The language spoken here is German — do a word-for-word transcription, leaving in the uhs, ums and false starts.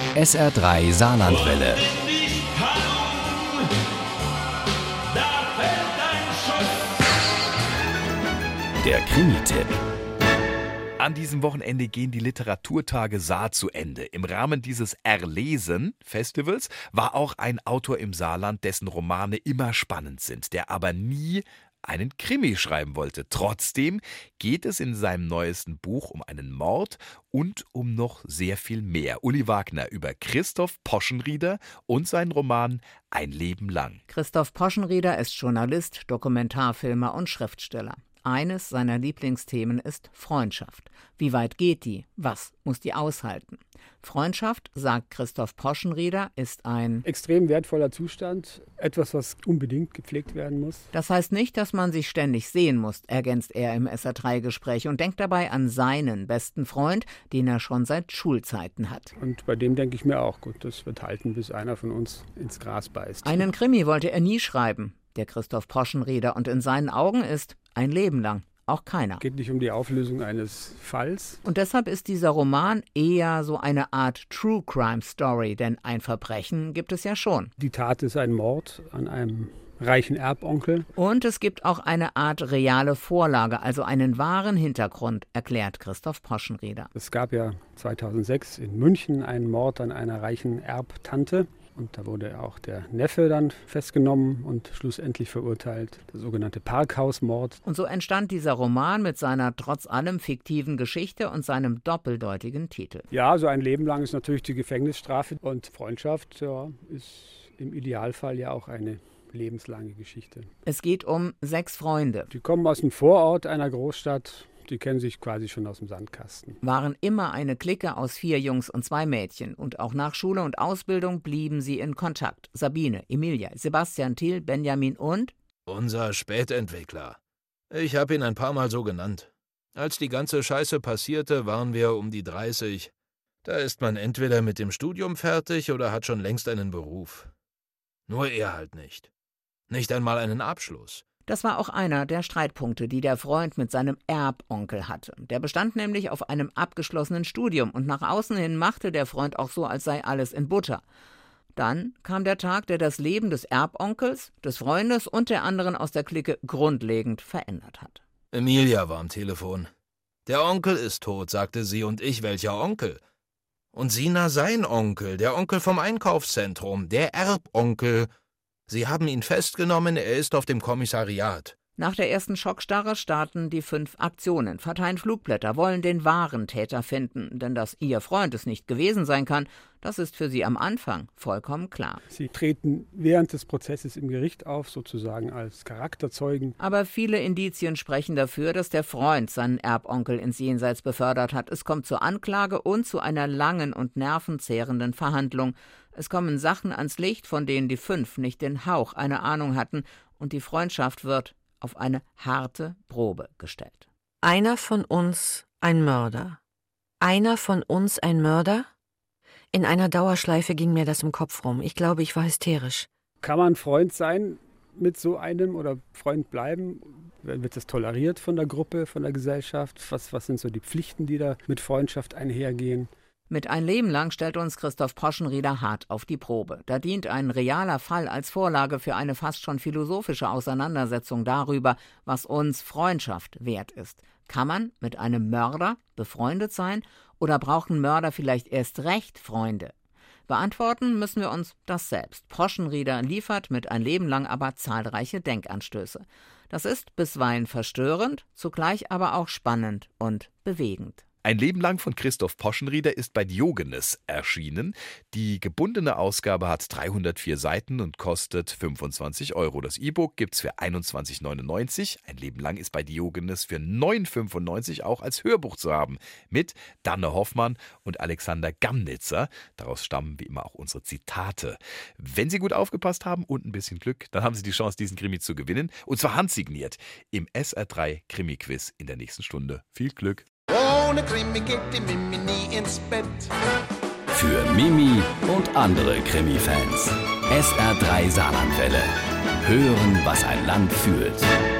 S R drei Saarlandwelle. Der Krimi-Tipp. An diesem Wochenende gehen die Literaturtage Saar zu Ende. Im Rahmen dieses Erlesen-Festivals war auch ein Autor im Saarland, dessen Romane immer spannend sind, der aber nie einen Krimi schreiben wollte. Trotzdem geht es in seinem neuesten Buch um einen Mord und um noch sehr viel mehr. Uli Wagner über Christoph Poschenrieder und seinen Roman Ein Leben lang. Christoph Poschenrieder ist Journalist, Dokumentarfilmer und Schriftsteller. Eines seiner Lieblingsthemen ist Freundschaft. Wie weit geht die? Was muss die aushalten? Freundschaft, sagt Christoph Poschenrieder, ist ein extrem wertvoller Zustand, etwas, was unbedingt gepflegt werden muss. Das heißt nicht, dass man sich ständig sehen muss, ergänzt er im S R drei Gespräch und denkt dabei an seinen besten Freund, den er schon seit Schulzeiten hat. Und bei dem denke ich mir auch, gut, das wird halten, bis einer von uns ins Gras beißt. Einen Krimi wollte er nie schreiben, der Christoph Poschenrieder, und in seinen Augen ist ein Leben lang auch keiner. Es geht nicht um die Auflösung eines Falls. Und deshalb ist dieser Roman eher so eine Art True Crime Story, denn ein Verbrechen gibt es ja schon. Die Tat ist ein Mord an einem reichen Erbonkel. Und es gibt auch eine Art reale Vorlage, also einen wahren Hintergrund, erklärt Christoph Poschenrieder. Es gab ja zweitausendsechs in München einen Mord an einer reichen Erbtante. Und da wurde auch der Neffe dann festgenommen und schlussendlich verurteilt, der sogenannte Parkhausmord. Und so entstand dieser Roman mit seiner trotz allem fiktiven Geschichte und seinem doppeldeutigen Titel. Ja, so ein Leben lang ist natürlich die Gefängnisstrafe, und Freundschaft, ja, ist im Idealfall ja auch eine lebenslange Geschichte. Es geht um sechs Freunde. Die kommen aus dem Vorort einer Großstadt. Die kennen sich quasi schon aus dem Sandkasten. Waren immer eine Clique aus vier Jungs und zwei Mädchen. Und auch nach Schule und Ausbildung blieben sie in Kontakt. Sabine, Emilia, Sebastian, Till, Benjamin und... Unser Spätentwickler. Ich habe ihn ein paar Mal so genannt. Als die ganze Scheiße passierte, waren wir um die dreißig. Da ist man entweder mit dem Studium fertig oder hat schon längst einen Beruf. Nur er halt nicht. Nicht einmal einen Abschluss. Das war auch einer der Streitpunkte, die der Freund mit seinem Erbonkel hatte. Der bestand nämlich auf einem abgeschlossenen Studium und nach außen hin machte der Freund auch so, als sei alles in Butter. Dann kam der Tag, der das Leben des Erbonkels, des Freundes und der anderen aus der Clique grundlegend verändert hat. Emilia war am Telefon. Der Onkel ist tot, sagte sie, und ich, welcher Onkel? Und Sina sein Onkel, der Onkel vom Einkaufszentrum, der Erbonkel. Sie haben ihn festgenommen, er ist auf dem Kommissariat. Nach der ersten Schockstarre starten die fünf Aktionen, verteilen Flugblätter, wollen den wahren Täter finden. Denn dass ihr Freund es nicht gewesen sein kann, das ist für sie am Anfang vollkommen klar. Sie treten während des Prozesses im Gericht auf, sozusagen als Charakterzeugen. Aber viele Indizien sprechen dafür, dass der Freund seinen Erbonkel ins Jenseits befördert hat. Es kommt zur Anklage und zu einer langen und nervenzehrenden Verhandlung. Es kommen Sachen ans Licht, von denen die fünf nicht den Hauch einer Ahnung hatten, und die Freundschaft wird auf eine harte Probe gestellt. Einer von uns ein Mörder. Einer von uns ein Mörder? In einer Dauerschleife ging mir das im Kopf rum. Ich glaube, ich war hysterisch. Kann man Freund sein mit so einem oder Freund bleiben? Wird das toleriert von der Gruppe, von der Gesellschaft? Was, was sind so die Pflichten, die da mit Freundschaft einhergehen? Mit Ein Leben lang stellt uns Christoph Poschenrieder hart auf die Probe. Da dient ein realer Fall als Vorlage für eine fast schon philosophische Auseinandersetzung darüber, was uns Freundschaft wert ist. Kann man mit einem Mörder befreundet sein oder brauchen Mörder vielleicht erst recht Freunde? Beantworten müssen wir uns das selbst. Poschenrieder liefert mit Ein Leben lang aber zahlreiche Denkanstöße. Das ist bisweilen verstörend, zugleich aber auch spannend und bewegend. Ein Leben lang von Christoph Poschenrieder ist bei Diogenes erschienen. Die gebundene Ausgabe hat dreihundertvier Seiten und kostet fünfundzwanzig Euro. Das E-Book gibt's für einundzwanzig neunundneunzig. Ein Leben lang ist bei Diogenes für neun fünfundneunzig auch als Hörbuch zu haben. Mit Danne Hoffmann und Alexander Gamnitzer. Daraus stammen wie immer auch unsere Zitate. Wenn Sie gut aufgepasst haben und ein bisschen Glück, dann haben Sie die Chance, diesen Krimi zu gewinnen. Und zwar handsigniert im S R drei Krimi-Quiz in der nächsten Stunde. Viel Glück! Ohne Krimi geht die Mimi nie ins Bett. Für Mimi und andere Krimi-Fans. S R drei Saarlandwelle. Hören, was ein Land fühlt.